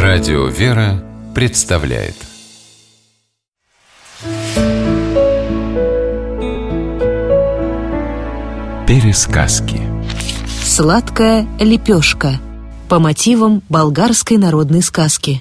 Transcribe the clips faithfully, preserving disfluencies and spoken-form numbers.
Радио «Вера» представляет Пересказки. Сладкая лепешка по мотивам болгарской народной сказки.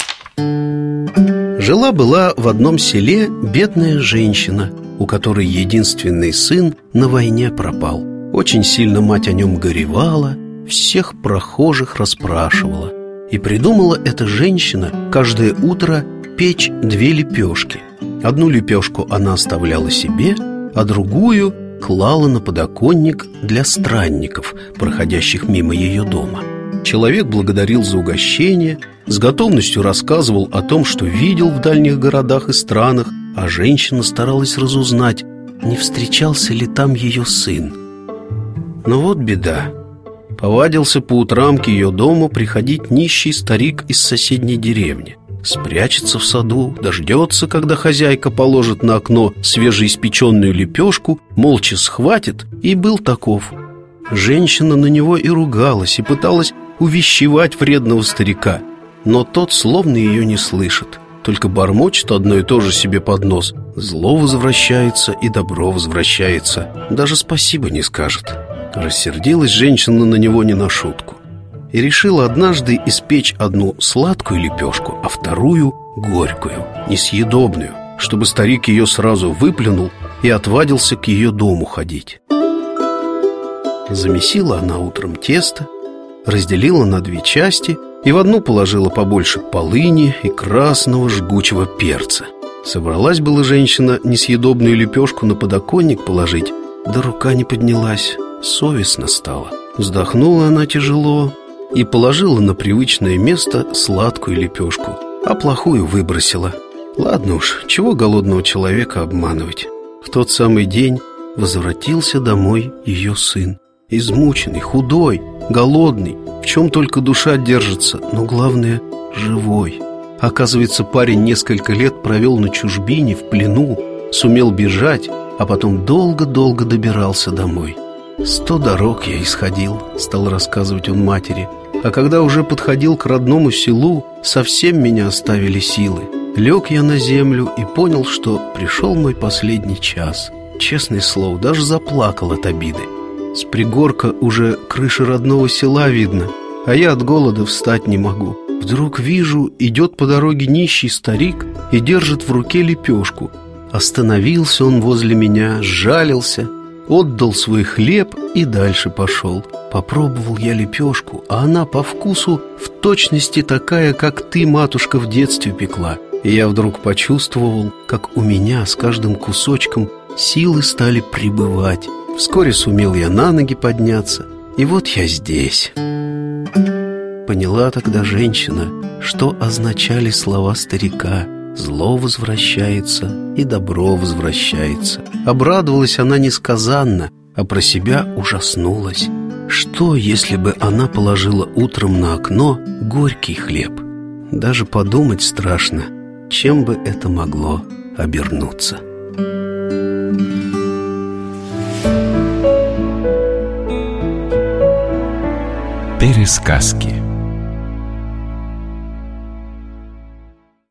Жила-была в одном селе бедная женщина, у которой единственный сын на войне пропал. Очень сильно мать о нем горевала, всех прохожих расспрашивала. И придумала эта женщина каждое утро печь две лепешки. Одну лепешку она оставляла себе, а другую клала на подоконник для странников, проходящих мимо ее дома. Человек благодарил за угощение, с готовностью рассказывал о том, что видел в дальних городах и странах, а женщина старалась разузнать, не встречался ли там ее сын. Но вот беда. Повадился по утрам к ее дому приходить нищий старик из соседней деревни. Спрячется в саду, дождется, когда хозяйка положит на окно свежеиспеченную лепешку, молча схватит, и был таков. Женщина на него и ругалась, и пыталась увещевать вредного старика, но тот словно ее не слышит, только бормочет одно и то же себе под нос. Зло возвращается и добро возвращается, даже спасибо не скажет. Рассердилась женщина на него не на шутку и решила однажды испечь одну сладкую лепешку, а вторую горькую, несъедобную, чтобы старик ее сразу выплюнул и отвадился к ее дому ходить. Замесила она утром тесто, разделила на две части и в одну положила побольше полыни и красного жгучего перца. Собралась была женщина несъедобную лепешку на подоконник положить, да рука не поднялась. Совестно стало. Вздохнула она тяжело и положила на привычное место сладкую лепешку, а плохую выбросила. Ладно уж, чего голодного человека обманывать. В тот самый день возвратился домой ее сын. Измученный, худой, голодный, в чем только душа держится, но главное – живой. Оказывается, парень несколько лет провел на чужбине, в плену, сумел бежать, а потом долго-долго добирался домой. «Сто дорог я исходил», — стал рассказывать он матери. «А когда уже подходил к родному селу, совсем меня оставили силы. Лег я на землю и понял, что пришел мой последний час. Честное слово, даже заплакал от обиды. С пригорка уже крыши родного села видно, а я от голода встать не могу. Вдруг вижу, идет по дороге нищий старик и держит в руке лепешку. Остановился он возле меня, сжалился, отдал свой хлеб и дальше пошел. Попробовал я лепешку, а она по вкусу в точности такая, как ты, матушка, в детстве пекла. И я вдруг почувствовал, как у меня с каждым кусочком силы стали прибывать. Вскоре сумел я на ноги подняться, и вот я здесь». Поняла тогда женщина, что означали слова старика: «Зло возвращается и добро возвращается». Обрадовалась она несказанно, а про себя ужаснулась. Что, если бы она положила утром на окно горький хлеб? Даже подумать страшно, чем бы это могло обернуться. Пересказки.